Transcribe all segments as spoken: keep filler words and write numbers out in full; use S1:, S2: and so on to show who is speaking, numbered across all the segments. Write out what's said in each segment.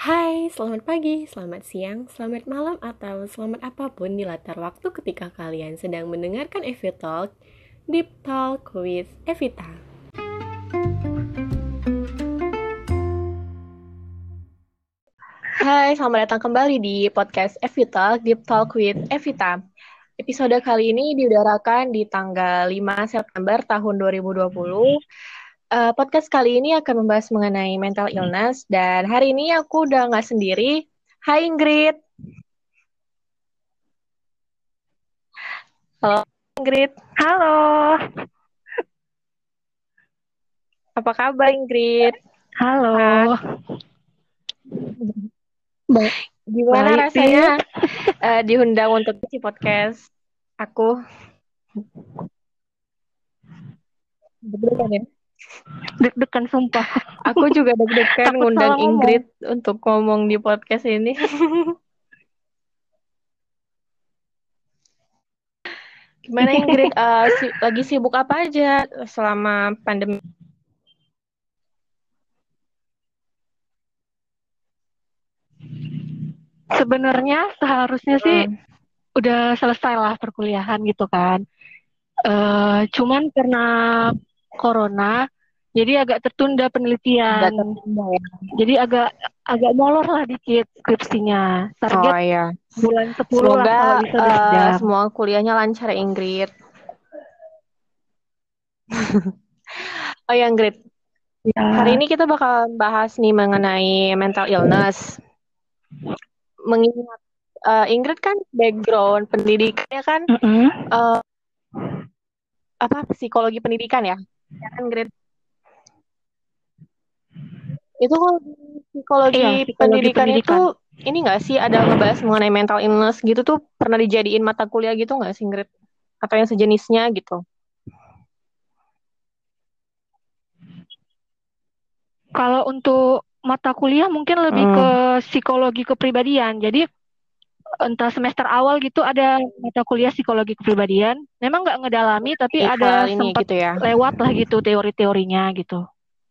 S1: Hai, selamat pagi, selamat siang, selamat malam, atau selamat apapun di latar waktu ketika kalian sedang mendengarkan Evi Talk, Deep Talk with Evita. Hai, selamat datang kembali di podcast Evi Talk, Deep Talk with Evita. Episode kali ini diudarakan di tanggal lima September tahun dua ribu dua puluh. Uh, podcast kali ini akan membahas mengenai mental illness, dan hari ini aku udah nggak sendiri. Hai Ingrid. Halo Ingrid.
S2: Halo.
S1: Apa kabar Ingrid?
S2: Halo.
S1: Baik. Gimana
S2: Baik,
S1: rasanya uh, diundang untuk isi podcast aku? Deg-degan ya?
S2: Deg-degan sumpah.
S1: Aku juga deg-degan
S2: Takut
S1: ngundang
S2: salah ngomong.
S1: Ingrid untuk ngomong di podcast ini. Gimana Ingrid? Uh, si- lagi sibuk apa aja selama pandemi?
S2: Sebenarnya seharusnya sih
S1: Hmm.
S2: udah selesai lah perkuliahan gitu kan. Eh, cuman karena corona, jadi agak tertunda penelitian.
S1: Agak tertunda ya.
S2: Jadi agak agak molor lah dikit skripsinya.
S1: Oh
S2: Target
S1: iya.
S2: bulan sepuluh lah
S1: Semoga
S2: kalau bisa udah
S1: uh,
S2: sidang.
S1: semua kuliahnya lancar ya, Ingrid. Oh ya Ingrid, hari
S2: Ya.
S1: ini kita bakal bahas nih mengenai mental illness. Mengingat uh, Ingrid kan background pendidikannya kan
S2: Mm-mm.
S1: uh, apa psikologi pendidikan ya, ya kan Ingrid? Itu kalau di psikologi
S2: Iya, psikologi
S1: pendidikan itu
S2: pendidikan.
S1: ini nggak sih ada ngebahas mengenai mental illness gitu tuh pernah dijadiin mata kuliah gitu nggak sih Ingrid? Atau yang sejenisnya gitu?
S2: Kalau untuk mata kuliah mungkin lebih ke
S1: Hmm.
S2: psikologi kepribadian. Jadi entah semester awal gitu ada mata kuliah psikologi kepribadian. Memang nggak ngedalami tapi
S1: Hal
S2: ada
S1: ini
S2: sempat
S1: gitu ya.
S2: lewat lah gitu teori-teorinya gitu.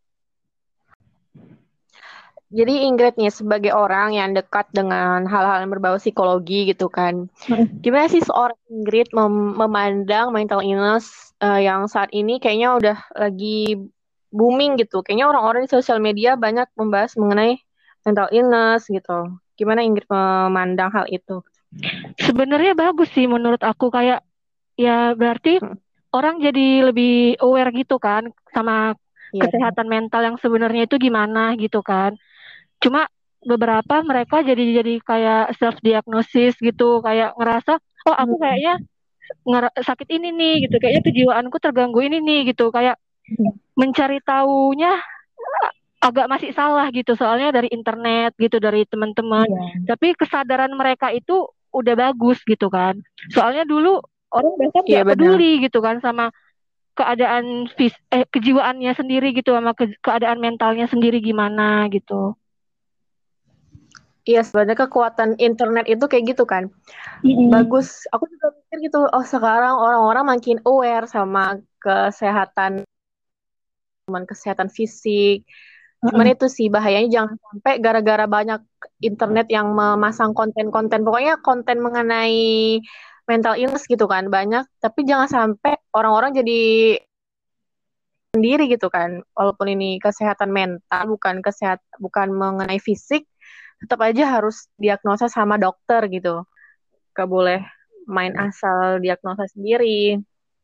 S1: Jadi Ingrid nih sebagai orang yang dekat dengan hal-hal yang berbau psikologi gitu kan. Gimana sih seorang Ingrid mem- memandang mental illness eh, yang saat ini kayaknya udah lagi booming gitu. Kayaknya orang-orang di sosial media banyak membahas mengenai mental illness gitu. Gimana Ingrid memandang hal itu?
S2: Sebenarnya bagus sih menurut aku, kayak ya berarti
S1: Hmm.
S2: orang jadi lebih aware gitu kan sama
S1: Iya.
S2: kesehatan mental yang sebenarnya itu gimana gitu kan. Cuma beberapa mereka jadi jadi kayak self diagnosis gitu, kayak ngerasa oh aku
S1: Hmm.
S2: kayaknya ngera- sakit ini nih gitu, kayaknya kejiwaanku terganggu ini nih gitu, kayak mencari taunya agak masih salah gitu soalnya dari internet gitu, dari teman-teman.
S1: Iya.
S2: Tapi kesadaran mereka itu udah bagus gitu kan, soalnya dulu orang bahkan
S1: Iya
S2: nggak
S1: benar.
S2: peduli gitu kan sama keadaan fis eh, kejiwaannya sendiri gitu, sama ke- keadaan mentalnya sendiri gimana gitu.
S1: Iya sebenarnya kekuatan internet itu kayak gitu kan.
S2: Mm-mm.
S1: Bagus. Aku juga mikir gitu. Oh sekarang orang-orang makin aware sama kesehatan, cuman kesehatan fisik. Cuman
S2: Mm-mm.
S1: itu sih bahayanya jangan sampai gara-gara banyak internet yang memasang konten-konten, pokoknya konten mengenai mental illness gitu kan banyak, tapi jangan sampai orang-orang jadi sendiri gitu kan. Walaupun ini kesehatan mental, bukan kesehat, bukan mengenai fisik, tetap aja harus diagnosa sama dokter gitu. Gak boleh main asal diagnosa sendiri.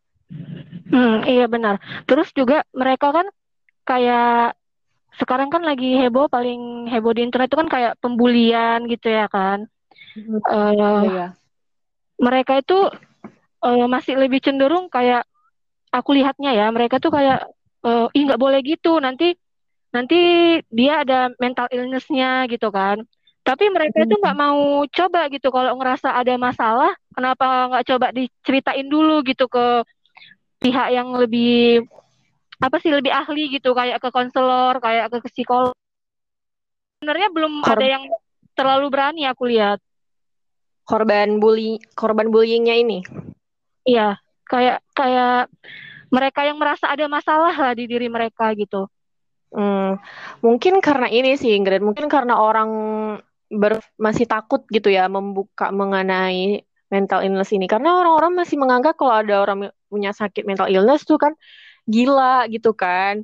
S2: Hmm, iya benar. Terus juga mereka kan kayak sekarang kan lagi heboh, paling heboh di internet itu kan kayak pembulian gitu ya kan.
S1: Hmm.
S2: Eh,
S1: Iya, iya.
S2: mereka itu eh, masih lebih cenderung kayak, aku lihatnya ya, mereka tuh kayak eh, ih nggak boleh gitu, nanti nanti dia ada mental illness-nya gitu kan. Tapi mereka itu nggak
S1: Hmm.
S2: mau coba gitu, kalau ngerasa ada masalah kenapa nggak coba diceritain dulu gitu ke pihak yang lebih apa sih, lebih ahli gitu, kayak ke konselor, kayak ke psikolog. Sebenarnya belum ada
S1: Kor-
S2: yang terlalu berani aku lihat.
S1: korban bully, korban bullyingnya ini.
S2: Iya, kayak kayak mereka yang merasa ada masalah lah di diri mereka gitu.
S1: Hmm, mungkin karena ini sih Ingrid, mungkin karena orang ber, masih takut gitu ya membuka mengenai mental illness ini. Karena orang-orang masih menganggap kalau ada orang punya sakit mental illness tuh kan gila gitu kan.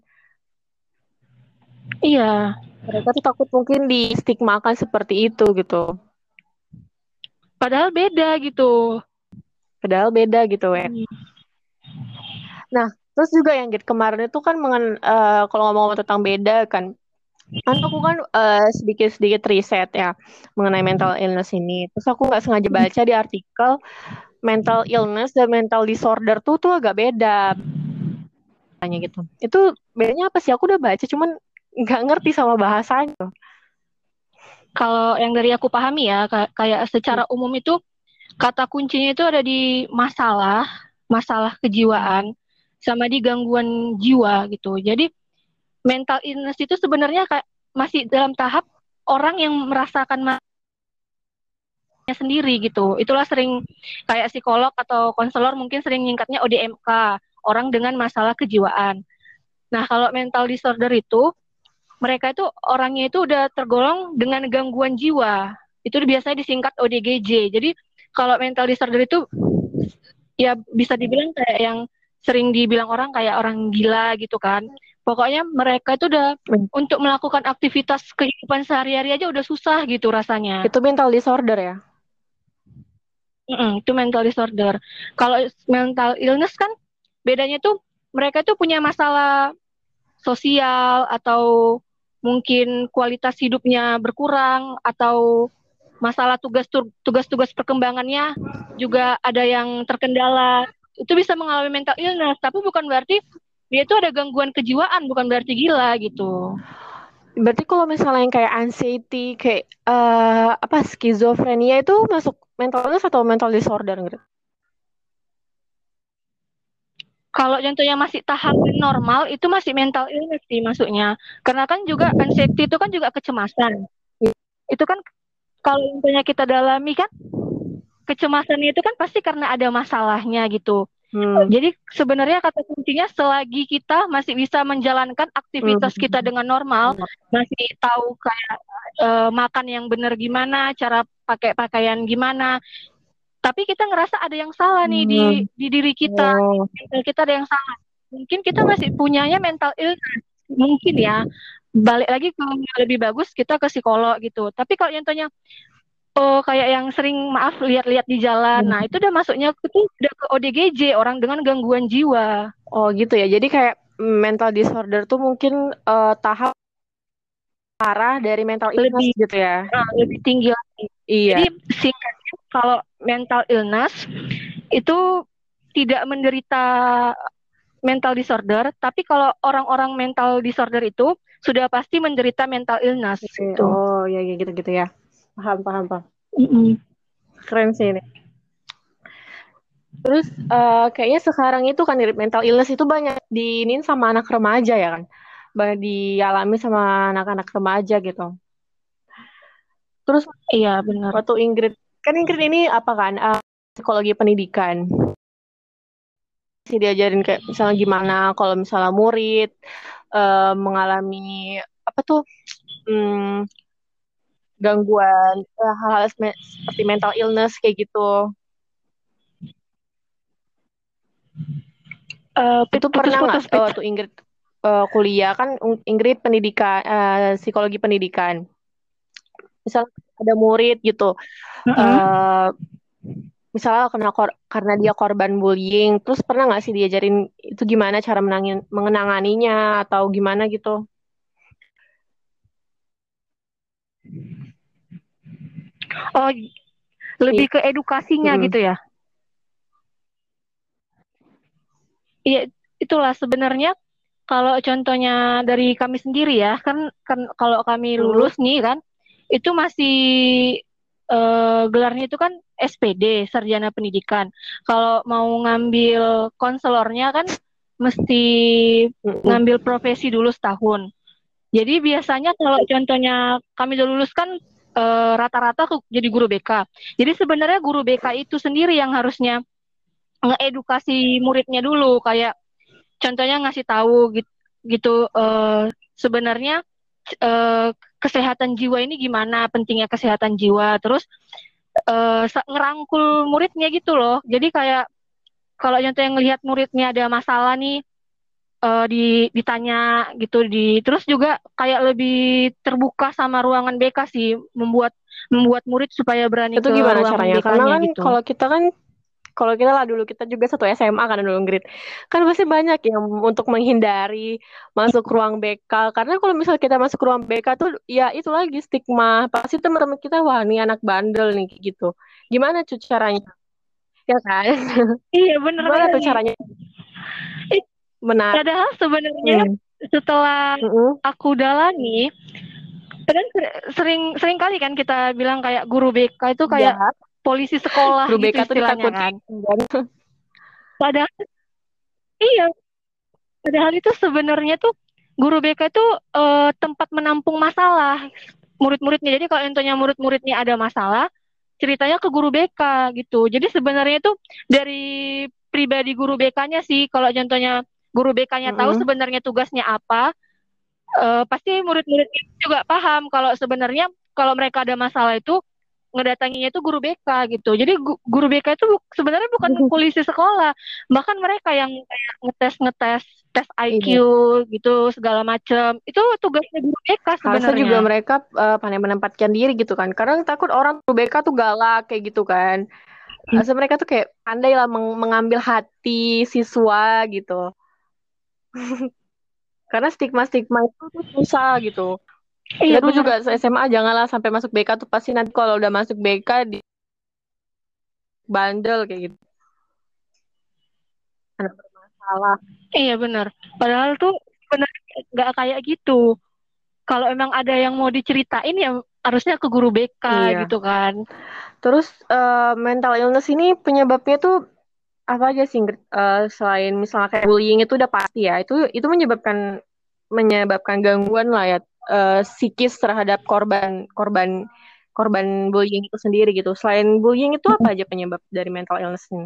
S2: Iya,
S1: Mereka tuh takut mungkin di stigmakan seperti itu gitu.
S2: padahal beda gitu.
S1: Padahal beda gitu ya.
S2: Hmm.
S1: Nah, terus juga yang gitu kemarin itu kan mengen, eh, kalau ngomong tentang beda kan, kan aku kan eh, sedikit-sedikit riset ya mengenai mental illness ini. Terus aku nggak sengaja baca di artikel mental illness dan mental disorder tuh tuh agak beda tanya gitu. Itu bedanya apa sih? Aku udah baca cuman nggak ngerti sama bahasanya.
S2: Kalau yang dari aku pahami ya, kayak secara umum itu kata kuncinya itu ada di masalah, masalah kejiwaan, sama di gangguan jiwa gitu. Jadi mental illness itu sebenarnya kayak masih dalam tahap orang yang merasakan masalahnya sendiri gitu. Itulah sering kayak psikolog atau konselor mungkin sering nyingkatnya O D M K, orang dengan masalah kejiwaan. Nah, kalau mental disorder itu mereka itu orangnya itu udah tergolong dengan gangguan jiwa. Itu biasanya disingkat O D G J. Jadi kalau mental disorder itu ya bisa dibilang kayak yang sering dibilang orang kayak orang gila gitu kan. Pokoknya mereka itu udah untuk melakukan aktivitas kehidupan sehari-hari aja udah susah gitu rasanya.
S1: Itu mental disorder ya?
S2: Mm-mm, itu mental disorder. Kalau mental illness kan bedanya tuh mereka tuh punya masalah sosial atau mungkin kualitas hidupnya berkurang atau masalah tugas tugas-tugas perkembangannya juga ada yang terkendala. Itu bisa mengalami mental illness, tapi bukan berarti dia itu ada gangguan kejiwaan, bukan berarti gila gitu.
S1: Berarti kalau misalnya yang kayak anxiety, kayak eh, apa skizofrenia itu masuk mental illness atau mental disorder gitu?
S2: Kalau contohnya masih tahap normal, itu masih mental illness sih masuknya. Karena kan juga anxiety itu kan juga kecemasan. Itu kan kalau contohnya kita dalami kan kecemasannya itu kan pasti karena ada masalahnya gitu.
S1: Hmm.
S2: Jadi sebenarnya kata kuncinya selagi kita masih bisa menjalankan aktivitas kita
S1: Hmm.
S2: dengan normal, masih tahu kayak uh, makan yang benar gimana, cara pakai pakaian gimana, tapi kita ngerasa ada yang salah nih di
S1: Hmm.
S2: di diri kita,
S1: Oh.
S2: di mental kita ada yang salah. Mungkin kita masih punyanya mental illness, mungkin ya. Balik lagi kalau lebih bagus kita ke psikolog gitu. Tapi kalau yang tanya oh kayak yang sering maaf lihat-lihat di jalan. Nah, itu udah masuknya itu udah ke O D G J, orang dengan gangguan jiwa.
S1: Oh gitu ya. Jadi kayak mental disorder tuh mungkin eh, tahap parah dari mental illness
S2: Lebih
S1: gitu ya.
S2: uh, lebih tinggi lagi.
S1: Iya.
S2: Jadi singkatnya kalau mental illness itu tidak menderita mental disorder, tapi kalau orang-orang mental disorder itu sudah pasti menderita mental illness
S1: Oke.
S2: itu.
S1: Oh ya, ya gitu-gitu ya. Paham, paham, paham.
S2: Mm-mm.
S1: Keren sih ini. Terus eh, kayaknya sekarang itu kan mental illness itu banyak diinin sama anak remaja ya kan. Banyak dialami sama anak-anak remaja gitu. Terus
S2: Iya benar.
S1: waktu Ingrid, kan Ingrid ini apa kan, eh, psikologi pendidikan. Sih diajarin kayak misalnya gimana kalau misalnya murid eh, mengalami apa tuh hmm, gangguan eh, hal-hal sme- seperti mental illness kayak gitu.
S2: Uh,
S1: Itu pernah nggak
S2: putus-putus
S1: eh,
S2: Pit.
S1: waktu Ingrid eh, kuliah kan Ingrid pendidikan eh, psikologi pendidikan. Misal ada murid gitu,
S2: Mm-mm.
S1: eh misalnya kena kor- karena dia korban bullying, terus pernah nggak sih diajarin itu gimana cara menangin mengenanganinya atau gimana gitu?
S2: Oh,
S1: Iya.
S2: lebih ke edukasinya
S1: Mm-mm.
S2: gitu ya. Iya, itulah sebenarnya kalau contohnya dari kami sendiri ya, kan kan kalau kami
S1: Mm-mm.
S2: lulus nih kan, itu masih eh, gelarnya itu kan S P D, Sarjana Pendidikan. Kalau mau ngambil konselornya kan mesti
S1: Mm-mm.
S2: ngambil profesi dulu setahun. Jadi biasanya kalau contohnya kami udah lulus kan eh, rata-rata ke- jadi guru B K. Jadi sebenarnya guru B K itu sendiri yang harusnya ngeedukasi muridnya dulu, kayak contohnya ngasih tahu gitu, gitu eh, sebenarnya eh, kesehatan jiwa ini gimana, pentingnya kesehatan jiwa, terus eh, sa- ngerangkul muridnya gitu loh. Jadi kayak kalau contohnya ngelihat muridnya ada masalah nih, eh, di ditanya gitu, di terus juga kayak lebih terbuka sama ruangan B K sih, membuat membuat murid supaya berani
S1: Itu
S2: ke
S1: gimana
S2: ruangan
S1: caranya? Karena
S2: B K-nya
S1: kan
S2: gitu.
S1: kalau kita kan kalau kita lah dulu kita juga satu S M A kan dulu Grit. Kan pasti banyak yang untuk menghindari masuk ruang B K. Karena kalau misal kita masuk ruang B K tuh ya itu lagi stigma. Pasti teman-teman kita wah nih anak bandel nih kayak gitu. Gimana tuh caranya? Ya kan?
S2: Iya bener
S1: Gimana tuh
S2: kali.
S1: caranya
S2: Ih,
S1: menarik?
S2: padahal sebenarnya
S1: Hmm.
S2: setelah
S1: Mm-mm.
S2: aku dalami, kan sering sering kali kan kita bilang kayak guru B K itu kayak
S1: Ya,
S2: polisi sekolah
S1: guru
S2: gitu
S1: B K tuh
S2: istilahnya
S1: ditakutin
S2: kan.
S1: kan?
S2: Padahal iya, padahal itu sebenarnya tuh guru B K itu eh, tempat menampung masalah murid-muridnya. Jadi kalau contohnya murid-muridnya ada masalah, ceritanya ke guru B K gitu. Jadi sebenarnya itu dari pribadi guru B K-nya sih. Kalau contohnya guru B K-nya tahu
S1: Mm-mm.
S2: sebenarnya tugasnya apa, eh, pasti murid-muridnya juga paham kalau sebenarnya kalau mereka ada masalah itu ngedatanginya itu guru B K gitu. Jadi gu- guru B K itu bu- sebenarnya bukan polisi sekolah, bahkan mereka yang kayak ngetes-ngetes tes I Q
S1: Iya.
S2: gitu segala macam. Itu tugasnya guru B K
S1: Harusnya juga
S2: sebenarnya.
S1: mereka eh, pandai menempatkan diri gitu kan. Karena takut orang guru B K tuh galak kayak gitu kan. Harusnya mereka tuh kayak pandai lah meng- mengambil hati siswa gitu. Karena stigma-stigma itu tuh susah gitu. Kita
S2: Iya
S1: tuh
S2: bener.
S1: juga S M A janganlah sampai masuk B K tuh pasti nanti kalau udah masuk B K di bandel kayak gitu. Anak bermasalah.
S2: Iya bener. Padahal tuh bener nggak kayak gitu. Kalau emang ada yang mau diceritain ya harusnya ke guru B K
S1: Iya.
S2: gitu kan.
S1: Terus eh, mental illness ini penyebabnya tuh apa aja sih? Ingrid? Eh, selain misalnya kayak bullying itu udah pasti ya. Itu itu menyebabkan menyebabkan gangguan lah ya eh, psikis terhadap korban korban korban bullying itu sendiri gitu. Selain bullying itu apa aja penyebab dari mental illness ini?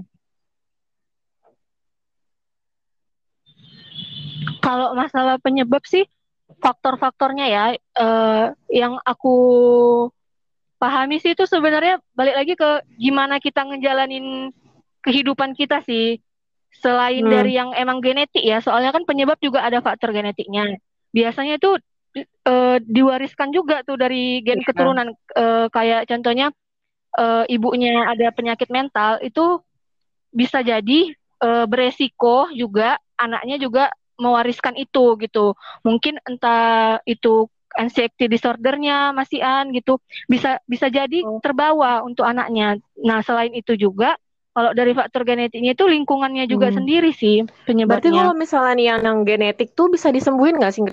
S2: Kalau masalah penyebab sih faktor-faktornya ya eh, yang aku pahami sih itu sebenarnya balik lagi ke gimana kita ngejalanin kehidupan kita sih. Selain
S1: Hmm,
S2: dari yang emang genetik ya, soalnya kan penyebab juga ada faktor genetiknya. Biasanya itu eh, diwariskan juga tuh dari gen
S1: iya.
S2: keturunan. Eh, kayak contohnya eh, ibunya ada penyakit mental itu bisa jadi eh, beresiko juga anaknya juga mewariskan itu gitu. Mungkin entah itu anxiety disordernya masih an gitu bisa bisa jadi
S1: Oh.
S2: terbawa untuk anaknya. Nah, selain itu juga kalau dari faktor genetiknya itu lingkungannya juga
S1: Hmm.
S2: sendiri sih
S1: Berarti kalau
S2: penyebabnya.
S1: misalnya nih yang, yang genetik tuh bisa disembuhin nggak sih?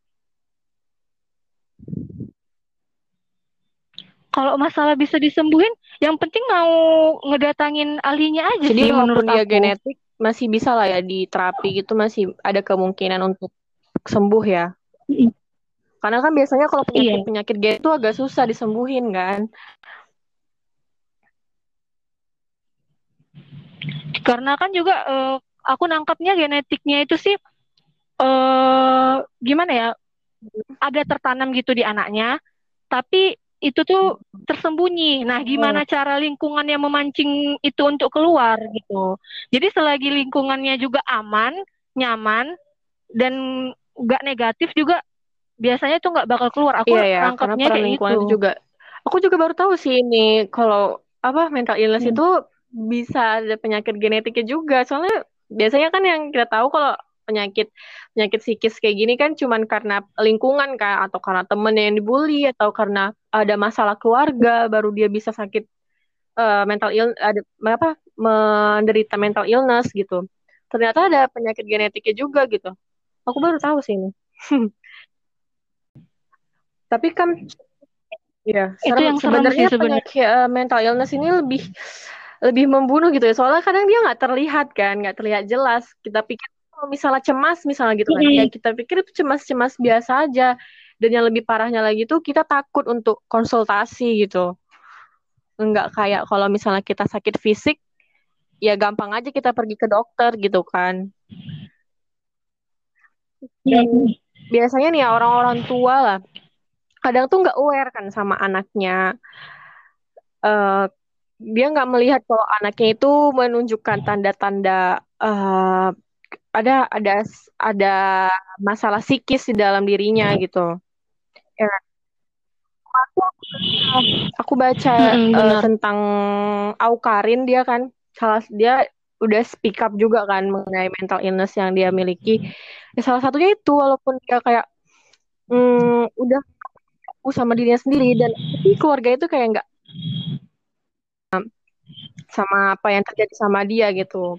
S2: Kalau masalah bisa disembuhin, yang penting mau ngedatangin ahlinya aja
S1: Jadi
S2: sih
S1: walaupun
S2: menurut
S1: dia
S2: aku.
S1: genetik masih bisa lah ya di terapi gitu masih ada kemungkinan untuk sembuh ya. Karena kan biasanya kalau
S2: Iya,
S1: penyakit-penyakit gen itu agak susah disembuhin kan.
S2: karena kan juga eh, aku nangkapnya genetiknya itu sih eh gimana ya? Ada tertanam gitu di anaknya, tapi itu tuh tersembunyi. Nah,
S1: Oh,
S2: gimana cara lingkungannya memancing itu untuk keluar gitu. Jadi selagi lingkungannya juga aman, nyaman, dan nggak negatif juga biasanya tuh nggak bakal keluar. Aku
S1: iya ya, karena
S2: nangkapnya
S1: peran
S2: kayak
S1: lingkungan
S2: gitu.
S1: itu juga. Aku juga baru tahu sih ini kalau apa mental illness
S2: Hmm.
S1: itu bisa ada penyakit genetiknya juga. Soalnya biasanya kan yang kita tahu kalau penyakit penyakit psikis kayak gini kan cuman karena lingkungan kan atau karena temen yang dibully atau karena ada masalah keluarga baru dia bisa sakit eh, mental ill ada apa menderita mental illness gitu. Ternyata ada penyakit genetiknya juga gitu. Aku baru tahu sih ini. Tapi kan ya,
S2: Itu
S1: serem
S2: yang serem
S1: sebenarnya
S2: sih sebenarnya.
S1: penyakit eh, mental illness ini lebih lebih membunuh gitu ya. Soalnya kadang dia nggak terlihat kan, nggak terlihat jelas. Kita pikir kalau misalnya cemas misalnya gitu kan, ya
S2: Mm-mm.
S1: kita pikir itu cemas-cemas biasa aja. Dan yang lebih parahnya lagi tuh kita takut untuk konsultasi gitu. Nggak kayak kalau misalnya kita sakit fisik, ya gampang aja kita pergi ke dokter gitu kan. Dan
S2: Mm-mm.
S1: biasanya nih ya orang-orang tua lah, kadang tuh nggak aware kan sama anaknya. Eh, dia nggak melihat kalau anaknya itu menunjukkan tanda-tanda eh, ada ada ada masalah psikis di dalam dirinya gitu. Ya, aku baca
S2: Mm-mm,
S1: eh,
S2: benar.
S1: tentang Aukarin, dia kan salah dia udah speak up juga kan mengenai mental illness yang dia miliki. Ya, salah satunya itu walaupun dia kayak mm, udah fokus sama dirinya sendiri dan tapi keluarga itu kayak nggak sama apa yang terjadi sama dia gitu.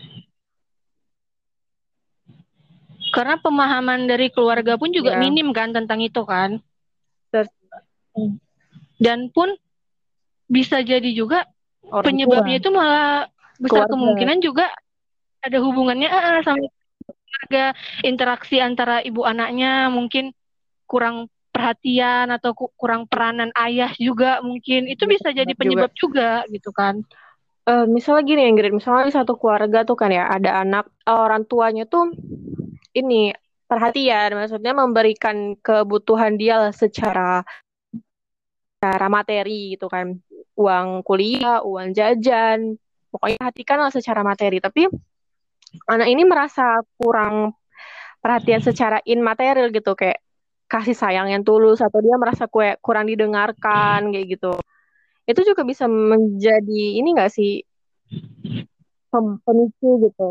S2: Karena pemahaman dari keluarga pun juga
S1: Ya,
S2: minim kan tentang itu kan.
S1: terus
S2: Dan pun bisa jadi juga
S1: orang tua,
S2: penyebabnya itu malah besar
S1: keluarga.
S2: kemungkinan juga ada hubungannya ah, sama keluarga, interaksi antara ibu anaknya mungkin kurang perhatian atau ku- kurang peranan ayah juga mungkin itu
S1: Bisa
S2: bisa jadi
S1: banget juga.
S2: penyebab juga gitu kan.
S1: Eh, misalnya gini Ingrid, misalnya di satu keluarga tuh kan ya ada anak, eh, orang tuanya tuh ini perhatian, maksudnya memberikan kebutuhan dia lah secara secara materi gitu kan, uang kuliah, uang jajan, pokoknya perhatikan lah secara materi. Tapi anak ini merasa kurang perhatian secara immaterial gitu, kayak kasih sayang yang tulus atau dia merasa kue kurang didengarkan kayak gitu. Itu juga bisa menjadi ini enggak sih, pem- pemicu gitu.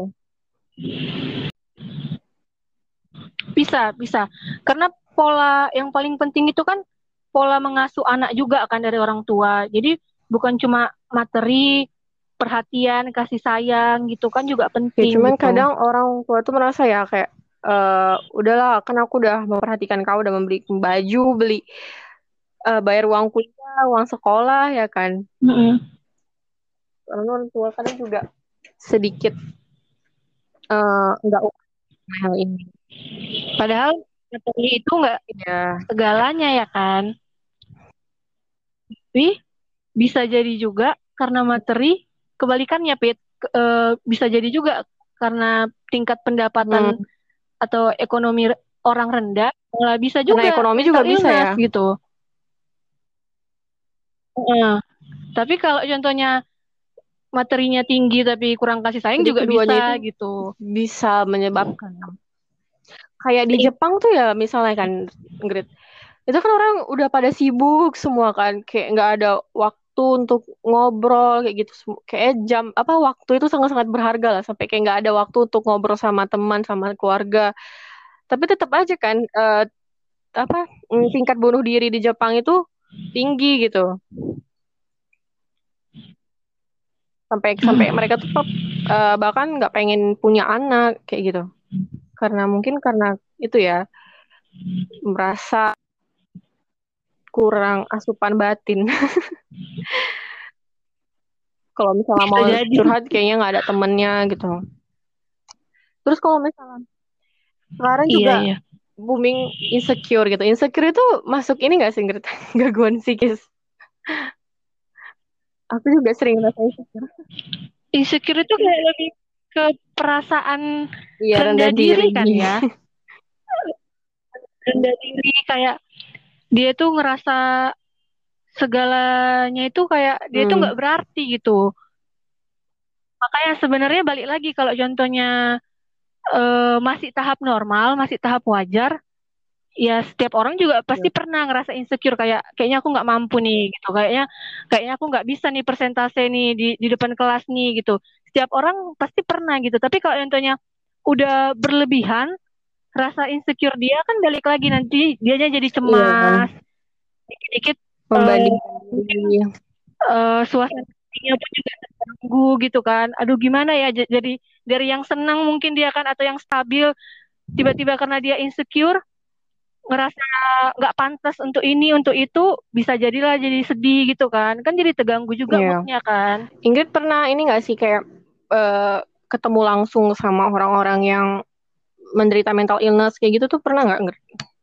S2: Bisa, bisa. Karena pola yang paling penting itu kan pola mengasuh anak juga kan dari orang tua. Jadi bukan cuma materi, perhatian, kasih sayang gitu kan juga
S1: Ya
S2: penting
S1: cuman
S2: gitu.
S1: kadang orang tua tuh merasa ya kayak eh udahlah kan aku udah memperhatikan kau, udah membeli baju, beli eh, bayar uang kuliah, uang sekolah ya kan.
S2: Mm-mm.
S1: Karena orang tua kadang juga sedikit eh, nggak aware sama hal ini.
S2: Padahal materi itu nggak
S1: Ya,
S2: segalanya ya kan. Tapi bisa jadi juga karena materi kebalikannya Pit. Ke- eh, bisa jadi juga karena tingkat pendapatan
S1: hmm,
S2: atau ekonomi orang rendah malah bisa
S1: karena
S2: juga
S1: ekonomi juga
S2: mental
S1: bisa
S2: illness
S1: ya.
S2: gitu. Heeh. Tapi kalau contohnya materinya tinggi tapi kurang kasih sayang
S1: Jadi
S2: juga
S1: keduanya
S2: bisa
S1: itu
S2: gitu.
S1: bisa menyebabkan. Kayak di Jepang tuh ya misalnya kan, Ingrid, itu kan orang udah pada sibuk semua kan, kayak nggak ada waktu untuk ngobrol kayak gitu. Semu- Kayak jam apa waktu itu sangat-sangat berharga lah, sampai kayak nggak ada waktu untuk ngobrol sama teman, sama keluarga. Tapi tetap aja kan eh, apa mm, tingkat bunuh diri di Jepang itu tinggi gitu. Sampai sampai mereka tuh eh, bahkan nggak pengen punya anak kayak gitu. Karena mungkin karena itu ya merasa kurang asupan batin. Kalau misalnya
S2: Bisa
S1: mau
S2: jadi.
S1: curhat kayaknya nggak ada temennya gitu. Terus kalau misalnya sekarang
S2: Iya,
S1: juga
S2: iya.
S1: booming insecure gitu. Insecure itu masuk ini nggak sih, Ingrid? Gangguan psikis. Aku juga sering merasa insecure.
S2: Insecure itu kayak lebih ke perasaan
S1: Iya, rendah
S2: rendah
S1: diri.
S2: diri kan ya. Rendah diri kayak dia tuh ngerasa segalanya itu kayak dia tuh
S1: Hmm,
S2: nggak berarti gitu. Makanya sebenarnya balik lagi kalau contohnya eh, masih tahap normal, masih tahap wajar, ya setiap orang juga pasti pernah ngerasa insecure kayak kayaknya aku nggak mampu nih gitu. Kayaknya kayaknya aku nggak bisa nih persentase nih di di depan kelas nih gitu. Setiap orang pasti pernah gitu. Tapi kalau contohnya udah berlebihan, rasa insecure dia kan balik lagi nanti dianya jadi
S1: iya,
S2: cemas, dikit-dikit eh,
S1: membandingkan
S2: mungkin
S1: diri.
S2: eh, suasana hatinya pun juga terganggu gitu kan. Aduh gimana ya j- jadi dari yang senang mungkin dia kan atau yang stabil tiba-tiba karena dia insecure ngerasa nggak pantas untuk ini untuk itu bisa jadilah jadi sedih gitu kan kan jadi terganggu juga
S1: Iya.
S2: moodnya kan.
S1: Ingrid pernah ini nggak sih kayak eh, ketemu langsung sama orang-orang yang menderita mental illness kayak gitu tuh pernah nggak, Ingrid?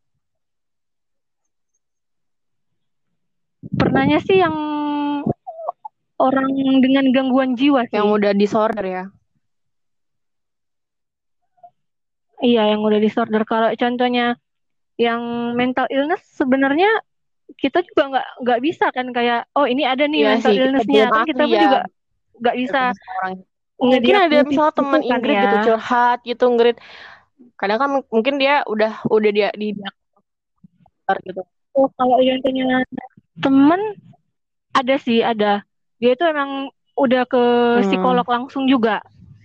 S2: Pernahnya sih yang orang dengan gangguan jiwa
S1: Yang
S2: sih.
S1: udah disorder ya?
S2: Iya yang udah disorder kalau contohnya yang mental illness sebenarnya kita juga nggak nggak bisa kan kayak oh ini ada nih
S1: Iya
S2: mental
S1: sih, kita
S2: illness-nya
S1: belum
S2: kan
S1: ahli
S2: kita pun
S1: ya
S2: juga nggak bisa
S1: diagnosis orang. Mungkin ada
S2: ngediagnosis
S1: misalnya
S2: itu
S1: teman
S2: kan
S1: Ingrid
S2: ya.
S1: gitu curhat gitu, Ingrid. Kadang kan m- mungkin dia udah udah dia di dokter gitu.
S2: Oh kalau yang punya temen ada sih ada dia itu emang udah ke
S1: Hmm,
S2: psikolog langsung juga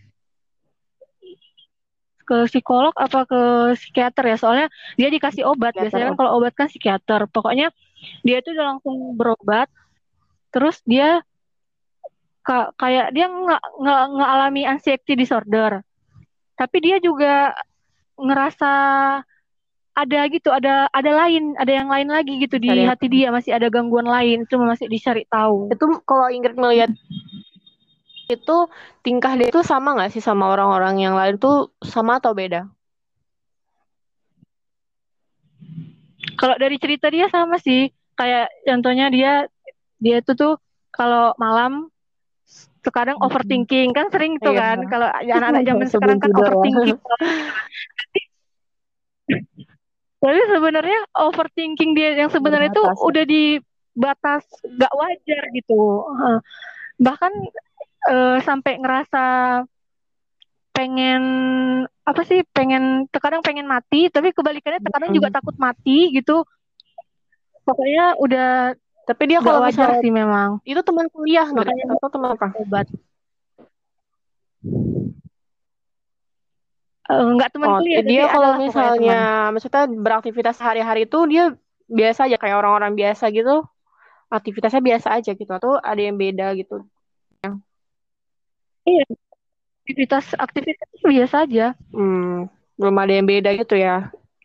S2: ke psikolog apa ke psikiater ya soalnya dia dikasih obat
S1: psikiater.
S2: biasanya kan
S1: Oh,
S2: kalau obat kan psikiater pokoknya dia tuh udah langsung berobat terus dia ka- kayak dia nggak nggak ngalami anxiety disorder tapi dia juga ngerasa ada gitu ada ada lain ada yang lain lagi gitu di
S1: bisa deh.
S2: hati dia masih ada gangguan lain cuma masih dicari tahu.
S1: Itu kalau Ingrid melihat itu tingkah dia itu sama nggak sih sama orang-orang yang lain tuh, sama atau beda?
S2: Kalau dari cerita dia sama sih kayak contohnya dia dia itu tuh kalau malam terkadang
S1: Hmm.
S2: overthinking kan sering tuh
S1: Iya,
S2: kan kalau anak-anak zaman
S1: sebelum
S2: sekarang kan
S1: tidur ya.
S2: overthinking tapi sebenarnya overthinking dia yang sebenarnya itu
S1: Berbatas ya.
S2: udah di batas gak wajar gitu. Heeh. Bahkan eh, sampai ngerasa pengen apa sih pengen terkadang pengen mati tapi kebalikannya terkadang juga
S1: Hmm.
S2: takut mati gitu pokoknya udah
S1: Tapi dia
S2: gak
S1: kalau
S2: wajar
S1: misalnya
S2: sih memang
S1: itu teman kuliah nggak
S2: makanya
S1: atau teman apa?
S2: obat. Eh, nggak teman
S1: Oh,
S2: kuliah
S1: dia
S2: tapi
S1: kalau
S2: adalah pokoknya
S1: misalnya
S2: teman.
S1: maksudnya beraktivitas sehari-hari itu dia biasa aja kayak orang-orang biasa gitu, aktivitasnya biasa aja gitu atau ada yang beda gitu.
S2: Iya aktivitas aktivitas biasa aja.
S1: Hmm, belum ada yang beda gitu ya.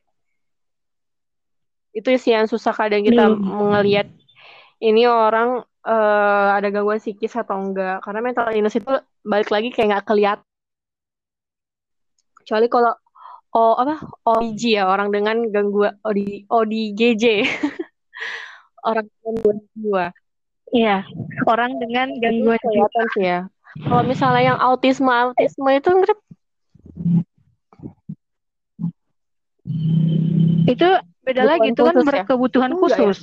S1: Itu sih yang susah kadang kita
S2: Belum.
S1: ngelihat ini orang eh, ada gangguan psikis atau enggak. Karena mental illness itu balik lagi kayak nggak kelihatan. Kecuali kalau oh apa O D G ya, orang dengan gangguan O D, O D G J, orang dengan gangguan jiwa.
S2: Iya orang dengan
S1: Itu
S2: gangguan jiwa
S1: kelihatan sih ya. Kalau misalnya yang autisme, autisme itu enggak
S2: itu beda lagi
S1: kebutuhan
S2: itu kan
S1: khusus ya. Itu
S2: berkebutuhan
S1: enggak ya.
S2: khusus.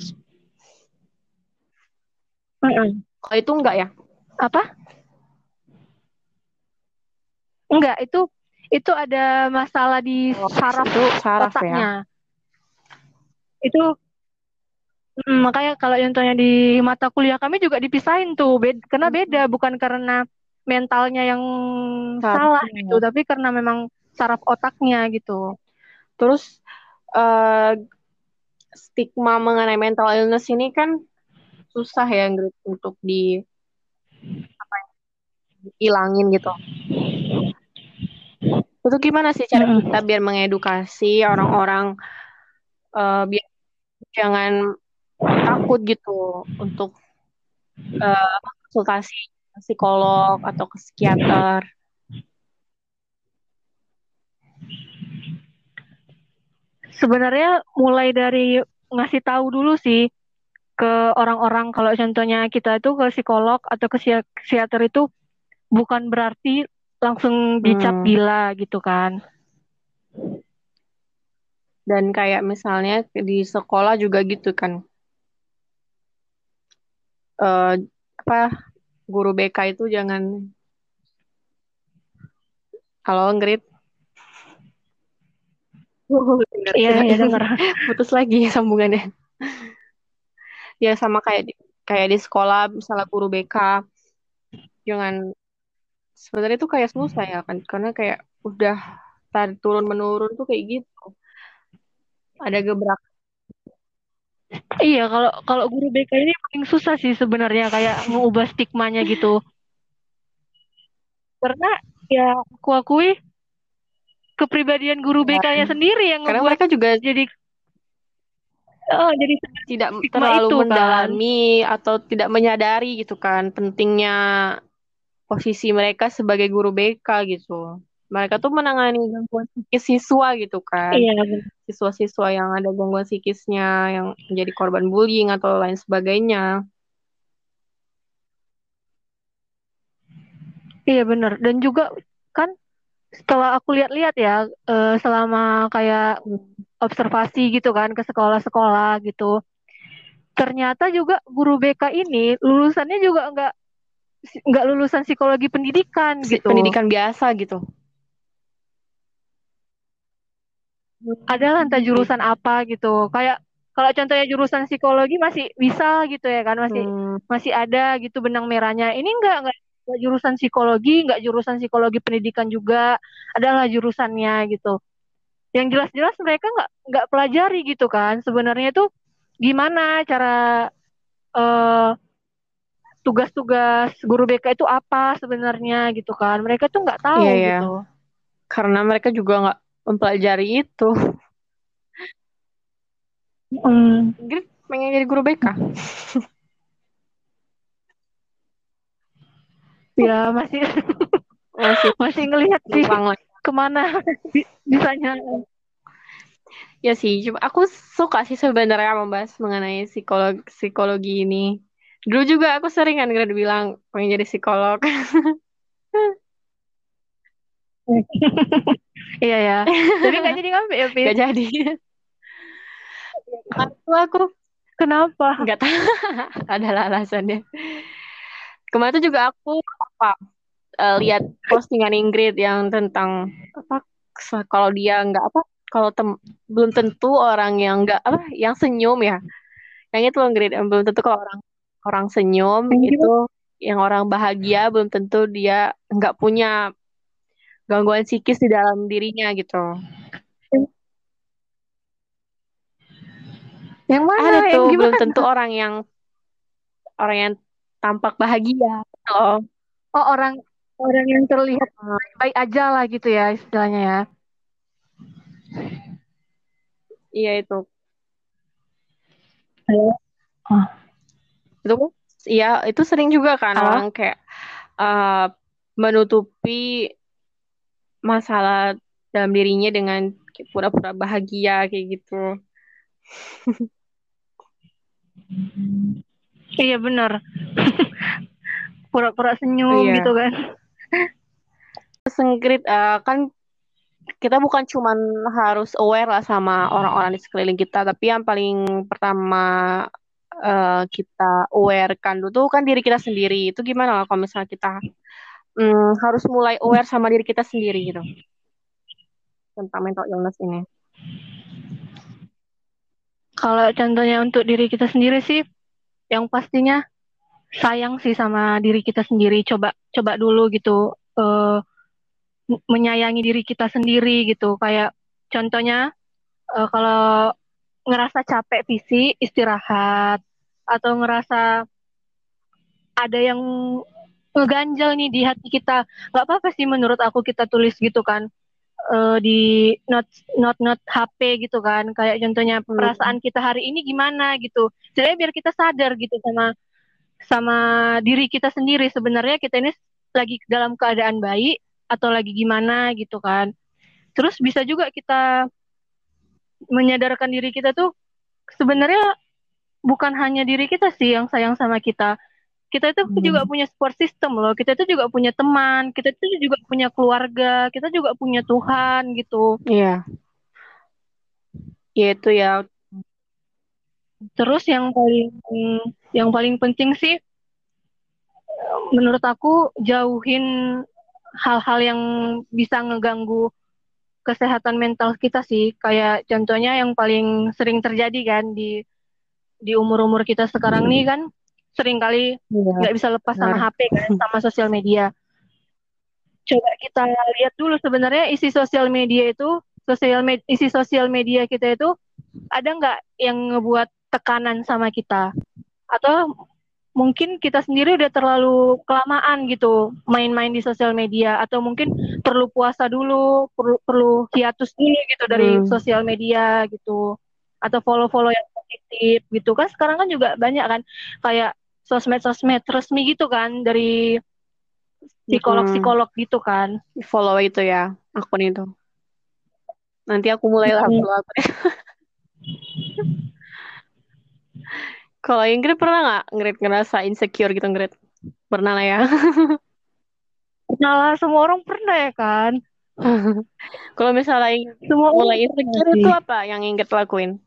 S2: Mm-mm.
S1: Kalau itu enggak ya.
S2: Apa enggak itu itu ada masalah di
S1: Oh,
S2: saraf
S1: itu saraf ya.
S2: otaknya itu. Mm, makanya kalau contohnya di mata kuliah kami juga dipisahin tuh bed karena beda
S1: Hmm.
S2: bukan karena mentalnya yang salah
S1: Sarafnya
S2: gitu
S1: ya.
S2: tapi karena memang saraf otaknya gitu.
S1: Terus eh, stigma mengenai mental illness ini kan susah ya Nggrit, untuk dihilangin gitu. Itu gimana sih cara kita
S2: Mm-mm.
S1: biar mengedukasi orang-orang eh, biar jangan takut gitu untuk eh, konsultasi psikolog atau ke psikiater.
S2: Sebenarnya mulai dari ngasih tahu dulu sih ke orang-orang kalau contohnya kita itu ke psikolog atau ke psikia- psikiater itu bukan berarti langsung dicap
S1: Hmm.
S2: gila gitu kan.
S1: Dan kayak misalnya di sekolah juga gitu kan. Eh, apa guru B K itu jangan kalau Nggrit dengar
S2: Iya
S1: sudah
S2: ya dengar.
S1: putus lagi sambungannya. Ya sama kayak di, kayak di sekolah misalnya guru B K jangan sebenarnya itu kayak susah ya kan karena kayak udah tar turun menurun tuh kayak gitu. Ada gebrak.
S2: Iya kalau kalau guru B K ini paling susah sih sebenarnya kayak ngubah stigmanya gitu. Karena ya aku akui kepribadian guru
S1: Ya,
S2: B K-nya sendiri yang
S1: karena
S2: ngebuat
S1: mereka juga
S2: jadi oh jadi
S1: tidak
S2: stigma
S1: terlalu
S2: itu kan.
S1: mendalami atau tidak menyadari gitu kan pentingnya posisi mereka sebagai guru B K gitu. Mereka tuh menangani gangguan psikis siswa gitu kan.
S2: Iya, bener.
S1: Siswa-siswa yang ada gangguan psikisnya yang menjadi korban bullying atau lain sebagainya.
S2: Iya benar. Dan juga kan setelah aku lihat-lihat ya, eh, selama kayak
S1: Hmm.
S2: observasi gitu kan ke sekolah-sekolah gitu, ternyata juga guru B K ini lulusannya juga nggak nggak lulusan psikologi pendidikan
S1: Si-
S2: gitu.
S1: pendidikan biasa gitu.
S2: Adalah entah
S1: Hmm,
S2: jurusan
S1: gitu.
S2: apa gitu. Kayak kalau contohnya jurusan psikologi masih bisa gitu ya kan, masih
S1: Hmm,
S2: masih ada gitu benang merahnya. Ini enggak enggak, enggak jurusan psikologi, enggak jurusan psikologi pendidikan juga, adalah jurusannya gitu. Yang jelas-jelas mereka enggak enggak pelajari gitu kan. Sebenarnya itu gimana cara eh, tugas-tugas guru B K itu apa sebenarnya gitu kan. Mereka tuh nggak
S1: iya
S2: tahu
S1: ya.
S2: gitu.
S1: Karena mereka juga nggak mempelajari itu.
S2: Hmm,
S1: Grit pengen jadi guru B K.
S2: ya masih
S1: Masih
S2: masih ngelihat sih
S1: numpang lah.
S2: kemana bisanya.
S1: Ya sih, cuma aku suka sih sebenarnya membahas mengenai psikolog psikologi ini. Dulu juga aku sering kan Grit bilang pengen jadi psikolog.
S2: Iya ya. Tapi nggak jadi ngambil ya, Pit.
S1: Gak jadi. Kemarin tuh aku
S2: Kenapa?
S1: nggak tahu ada alasannya. Kemarin tuh juga aku apa eh, lihat postingan Ingrid yang tentang apa se- kalau dia nggak apa kalau tem- belum tentu orang yang nggak apa yang senyum ya. Yang itu loh Ingrid, yang belum tentu kalau orang orang senyum
S2: Yang
S1: itu
S2: gimana?
S1: yang orang bahagia belum tentu dia nggak punya gangguan psikis di dalam dirinya gitu.
S2: Yang mana?
S1: Ada
S2: Yang
S1: tuh belum
S2: gimana?
S1: tentu orang yang orang yang tampak bahagia gitu loh.
S2: Oh, orang orang yang terlihat baik aja lah gitu ya istilahnya ya.
S1: Iya itu.
S2: Halo. Oh,
S1: Itu iya itu sering juga kan
S2: halo.
S1: orang kayak eh, menutupi masalah dalam dirinya dengan kayak pura-pura bahagia kayak gitu.
S2: Iya benar. Pura-pura senyum gitu
S1: Iya.
S2: kan.
S1: Sengkrit eh, kan kita bukan cuman harus aware lah sama orang-orang di sekeliling kita, tapi yang paling pertama eh, kita aware kan itu kan diri kita sendiri. Itu gimana lah kalau misalnya kita mm, harus mulai aware sama diri kita sendiri gitu tentang mental illness ini.
S2: Kalau contohnya untuk diri kita sendiri sih, yang pastinya sayang sih sama diri kita sendiri. Coba coba dulu gitu, eh, menyayangi diri kita sendiri gitu. Kayak contohnya, eh, kalau ngerasa capek fisik, istirahat, atau ngerasa ada yang ngeganjel nih di hati kita, nggak apa-apa sih menurut aku kita tulis gitu kan, eh, di note note note H P gitu kan, kayak contohnya
S1: Hmm,
S2: perasaan kita hari ini gimana gitu, jadi biar kita sadar gitu sama sama diri kita sendiri, sebenarnya kita ini lagi dalam keadaan baik atau lagi gimana gitu kan. Terus bisa juga kita menyadarkan diri kita tuh sebenarnya bukan hanya diri kita sih yang sayang sama kita. Kita itu juga
S1: hmm,
S2: punya support system loh. Kita itu juga punya teman, kita itu juga punya keluarga, kita juga punya Tuhan gitu.
S1: iya, ya itu ya.
S2: Terus yang paling yang paling penting sih menurut aku jauhin hal-hal yang bisa ngeganggu kesehatan mental kita sih. Kayak contohnya yang paling sering terjadi kan di di umur-umur kita sekarang nih kan sering kali
S1: Iya,
S2: nggak bisa lepas sama
S1: benar.
S2: H P kan, sama sosial media. Coba kita lihat dulu sebenarnya isi sosial media itu, sosial med isi sosial media kita itu ada nggak yang ngebuat tekanan sama kita, atau mungkin kita sendiri udah terlalu kelamaan gitu main-main di sosial media, atau mungkin perlu puasa dulu, perlu perlu hiatus dulu gitu dari
S1: Hmm,
S2: sosial media gitu, atau follow-follow yang positif gitu kan. Sekarang kan juga banyak kan kayak sosmed-sosmed resmi gitu kan dari
S1: hmm,
S2: psikolog-psikolog gitu kan.
S1: follow itu ya akun itu. Nanti aku mulailah follow akun. Kalau Ingrid pernah nggak Ingrid ngerasa insecure gitu Ingrid? Pernah lah ya.
S2: Nah, semua orang pernah ya kan.
S1: Kalau misalnya ingin
S2: Semua orang
S1: mulai
S2: pernah
S1: insecure itu
S2: sih
S1: apa yang Inggit lakuin?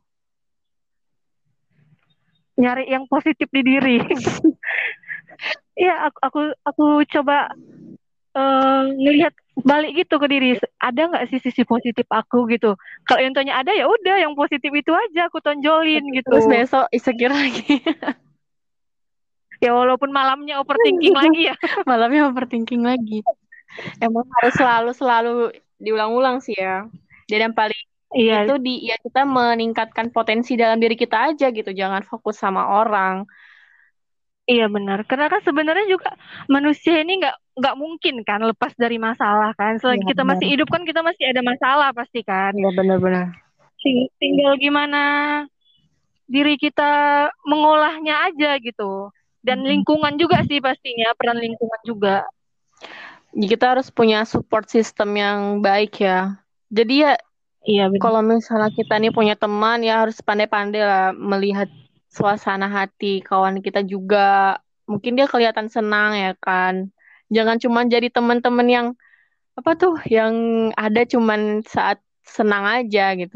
S2: nyari yang positif di diri. Iya, aku aku aku coba eh, ngelihat balik gitu ke diri. Ada nggak sih sisi positif aku gitu? Kalau yang tanya ada ya udah, yang positif itu aja aku tonjolin
S1: Terus
S2: gitu.
S1: besok insecure lagi.
S2: Ya walaupun malamnya overthinking lagi ya.
S1: Malamnya overthinking lagi. Emang harus selalu selalu diulang-ulang sih ya. Dan yang paling
S2: Iya,
S1: itu di ya kita meningkatkan potensi dalam diri kita aja gitu. Jangan fokus sama orang.
S2: iya benar. Karena kan sebenarnya juga manusia ini nggak nggak mungkin kan lepas dari masalah kan. Selagi
S1: Iya
S2: kita
S1: benar.
S2: masih hidup kan kita masih ada masalah pasti kan.
S1: Iya benar-benar.
S2: Ting- Tinggal gimana diri kita mengolahnya aja gitu. Dan lingkungan juga sih pastinya, peran lingkungan juga.
S1: Jadi kita harus punya support system yang baik ya. Jadi ya
S2: Iya benar.
S1: kalau misalnya kita nih punya teman ya harus pandai-pandai lah melihat suasana hati kawan kita juga. Mungkin dia kelihatan senang ya kan. Jangan cuma jadi teman-teman yang apa tuh yang ada cuman saat senang aja gitu.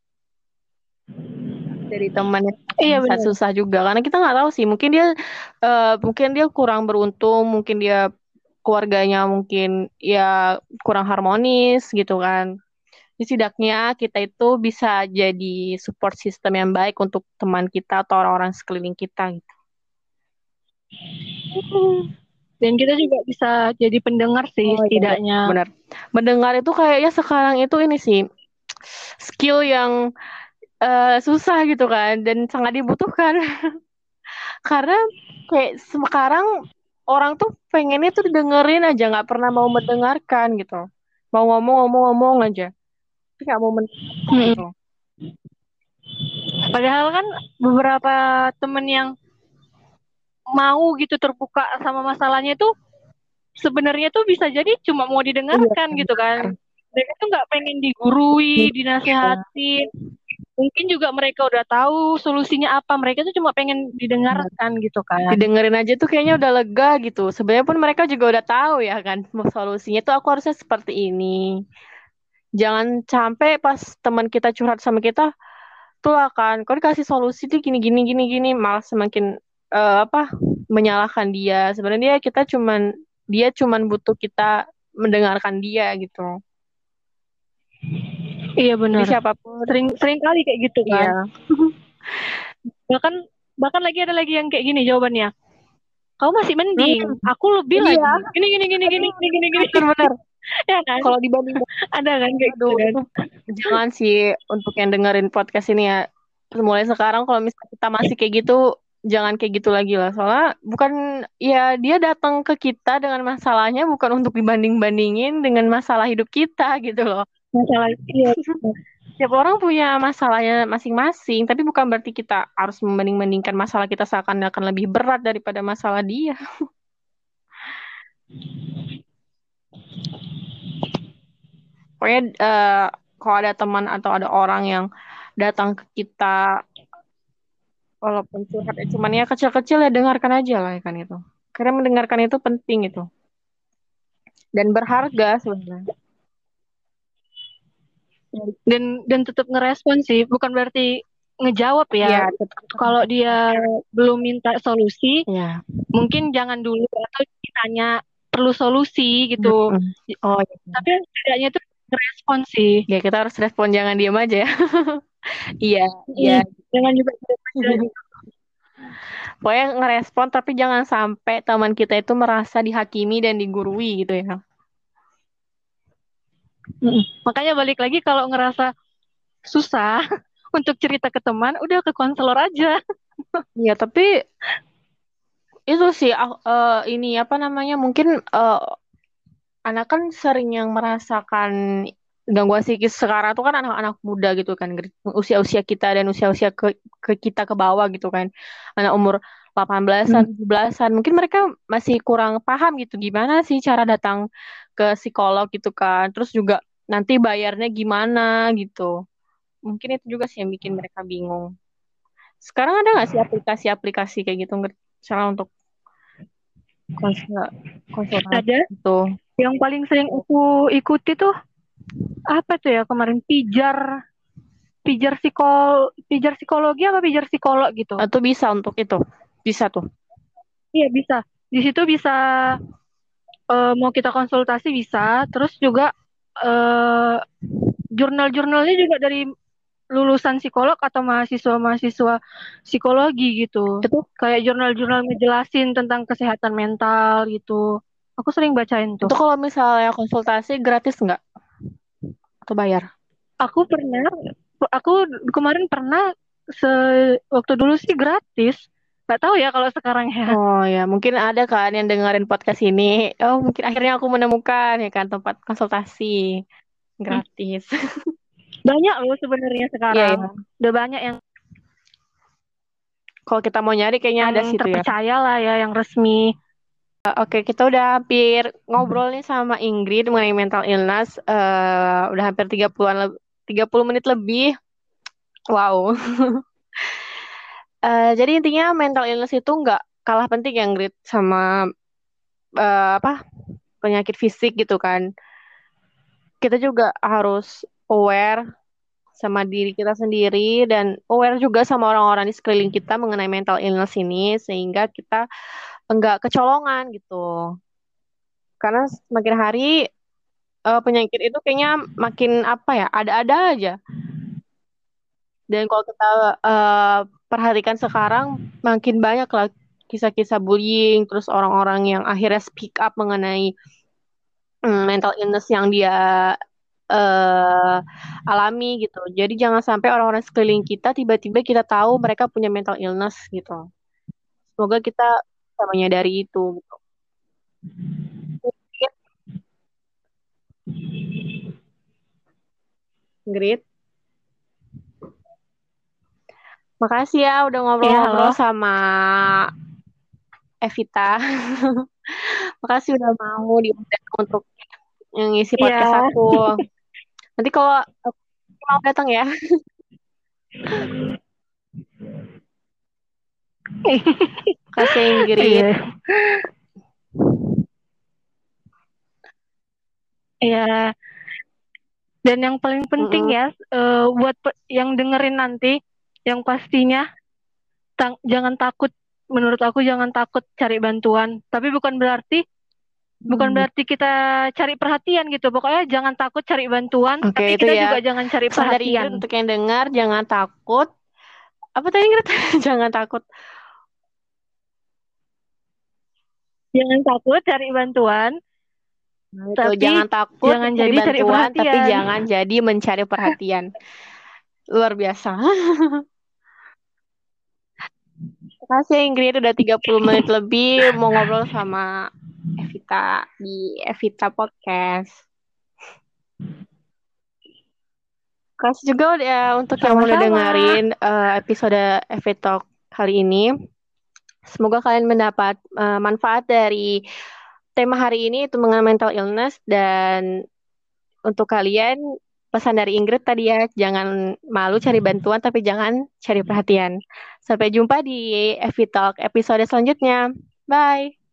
S1: Dari teman yang
S2: Iya
S1: saat
S2: benar.
S1: susah juga karena kita nggak tahu sih mungkin dia eh, mungkin dia kurang beruntung, mungkin dia keluarganya mungkin ya kurang harmonis gitu kan. Jadi setidaknya kita itu bisa jadi support system yang baik untuk teman kita atau orang-orang sekeliling kita gitu.
S2: Dan kita juga bisa jadi pendengar sih
S1: Oh iya benar.
S2: setidaknya.
S1: Benar. Mendengar itu kayaknya sekarang itu ini sih skill yang eh, susah gitu kan dan sangat dibutuhkan karena kayak sekarang orang tuh pengennya tuh didengerin aja nggak pernah mau mendengarkan gitu. Mau ngomong ngomong ngomong aja, tapi nggak mau mendengarkan gitu.
S2: Mm-mm. Padahal kan beberapa temen yang mau gitu terbuka sama masalahnya itu sebenarnya tuh bisa jadi cuma mau
S1: Iya
S2: didengarkan gitu
S1: benar.
S2: kan. Mereka tuh nggak pengen digurui,
S1: Iya.
S2: dinasehatin. Mungkin juga mereka udah tahu solusinya apa. Mereka tuh cuma pengen didengarkan gitu kan.
S1: Didengerin aja tuh kayaknya udah lega gitu. Sebenarnya pun mereka juga udah tahu ya kan solusinya tuh aku harusnya seperti ini. Jangan sampai pas teman kita curhat sama kita tuh akan kau dikasih solusi tuh gini gini gini gini malah semakin eh, apa menyalahkan dia. Sebenarnya kita cuman dia cuman butuh kita mendengarkan dia gitu.
S2: Iya
S1: Jadi
S2: benar.
S1: siapapun
S2: Sering sering kali kayak gitu kan.
S1: iya.
S2: Bahkan bahkan lagi ada lagi yang kayak gini jawabannya. Kamu masih mending,
S1: Hmm,
S2: aku lebih
S1: iya,
S2: lagi. Gini gini gini gini
S1: aduh,
S2: gini gini gini.
S1: benar-benar.
S2: Ya kan?
S1: Kalau dibanding
S2: Ada kan kayak gitu
S1: aduh
S2: kan.
S1: itu jangan sih untuk yang dengerin podcast ini ya. Mulai sekarang kalau misalnya kita masih kayak gitu, jangan kayak gitu lagi lah. Soalnya bukan ya dia datang ke kita dengan masalahnya bukan untuk dibanding-bandingin dengan masalah hidup kita gitu loh.
S2: Masalah iya.
S1: Setiap orang punya masalahnya masing-masing, tapi bukan berarti kita harus membanding-bandingkan masalah kita seakan-akan lebih berat daripada masalah dia. Pokoknya eh, kalau ada teman atau ada orang yang datang ke kita walaupun curhat ya cuman ya kecil-kecil ya dengarkan aja lah ya kan itu. Karena mendengarkan itu penting itu dan berharga sebenarnya.
S2: Dan dan tetap ngerespon sih, bukan berarti ngejawab
S1: Ya,
S2: ya.
S1: tetap.
S2: Kalau dia belum minta solusi,
S1: Ya.
S2: mungkin jangan dulu atau ditanya perlu solusi gitu.
S1: Mm-mm. Oh iya.
S2: Tapi setidaknya itu ngerespon sih.
S1: Ya kita harus respon jangan diam aja ya. Iya, iya.
S2: Hmm, jangan juga diam aja.
S1: Pokoknya ngerespon tapi jangan sampai teman kita itu merasa dihakimi dan digurui gitu ya.
S2: Mm-mm. Makanya balik lagi kalau ngerasa susah untuk cerita ke teman, udah ke konselor aja.
S1: Iya, tapi itu sih ah- eh, ini apa namanya mungkin eh, anak kan sering yang merasakan gangguan psikis sekarang tuh kan anak-anak muda gitu kan usia-usia kita dan usia-usia ke, ke kita ke bawah gitu kan anak umur delapan belasan-an,
S2: Hmm.
S1: tujuh belasan-an mungkin mereka masih kurang paham gitu gimana sih cara datang ke psikolog gitu kan terus juga nanti bayarnya gimana gitu mungkin itu juga sih yang bikin mereka bingung sekarang ada nggak sih aplikasi-aplikasi kayak gitu nggak misalnya untuk konsul konsultasi
S2: Ada
S1: gitu.
S2: yang paling sering aku ikuti tuh apa tuh ya kemarin pijar pijar psikol pijar psikologi apa pijar psikolog gitu.
S1: Atau bisa untuk itu? Bisa tuh.
S2: Iya bisa. Di situ bisa uh, mau kita konsultasi bisa, terus juga uh, jurnal-jurnalnya juga dari lulusan psikolog atau mahasiswa-mahasiswa psikologi gitu.
S1: Itu
S2: Kayak jurnal-jurnal ngejelasin tentang kesehatan mental gitu. Aku sering bacain tuh.
S1: itu kalau misalnya konsultasi gratis nggak? Atau bayar?
S2: Aku pernah, aku kemarin pernah se waktu dulu sih gratis. Gak tahu ya kalau sekarang ya.
S1: Oh ya, mungkin ada kan yang dengerin podcast ini. Oh, mungkin akhirnya aku menemukan ya kan tempat konsultasi gratis.
S2: Banyak loh sebenarnya
S1: Iya,
S2: sekarang.
S1: iya.
S2: Udah banyak yang
S1: Kalau kita mau nyari kayaknya
S2: yang
S1: ada situ ya.
S2: terpercaya lah ya, yang resmi.
S1: Uh, Oke, kita udah hampir ngobrol nih sama Ingrid mengenai mental illness. Eh, udah hampir tiga puluhan leb- tiga puluh menit lebih. Wow. Eh, jadi intinya mental illness itu nggak kalah penting ya, Ingrid, sama eh, apa penyakit fisik gitu kan. Kita juga harus aware sama diri kita sendiri dan aware juga sama orang-orang di sekeliling kita mengenai mental illness ini sehingga kita enggak kecolongan gitu. Karena semakin hari eh, penyakit itu kayaknya makin apa ya, ada-ada aja. Dan kalau kita eh, perhatikan sekarang makin banyak lah kisah-kisah bullying, terus orang-orang yang akhirnya speak up mengenai mm, mental illness yang dia eh, alami gitu. Jadi jangan sampai orang-orang sekeliling kita tiba-tiba kita tahu mereka punya mental illness gitu. Semoga kita bisa menyadari itu gitu. Grit, makasih ya udah
S2: Iya,
S1: ngobrol-ngobrol
S2: halo.
S1: sama Evita. Makasih udah mau diundang untuk ngisi podcast
S2: Iya.
S1: aku. Nanti kalau aku mau datang ya. Makasih Ingrid.
S2: Iya. Iya. Dan yang paling penting
S1: Mm-mm.
S2: ya, eh, buat pe- yang dengerin nanti, yang pastinya tang- jangan takut. Menurut aku jangan takut cari bantuan. Tapi bukan berarti bukan
S1: Hmm.
S2: berarti kita cari perhatian gitu. Pokoknya jangan takut cari bantuan,
S1: Oke,
S2: tapi
S1: itu
S2: kita
S1: ya.
S2: juga jangan cari
S1: Pesan dari Ingrid
S2: perhatian.
S1: untuk yang dengar, jangan takut. Apa tadi Ingrid? Jangan takut.
S2: Jangan takut cari bantuan,
S1: Nah, itu
S2: tapi
S1: jangan takut
S2: jangan
S1: mencari
S2: jadi cari
S1: bantuan, tapi
S2: perhatian.
S1: jangan jadi mencari perhatian. Luar biasa. Terima kasih Ingrid udah tiga puluh menit lebih mau ngobrol sama Evita di Evita Podcast. Terima kasih juga udah untuk yang udah
S2: Sama-sama.
S1: dengerin eh, episode Evita kali ini. Semoga kalian mendapat eh, manfaat dari tema hari ini itu mengenai mental illness dan untuk kalian pesan dari Ingrid tadi ya, jangan malu cari bantuan tapi jangan cari perhatian. Sampai jumpa di Evitalk episode selanjutnya. Bye.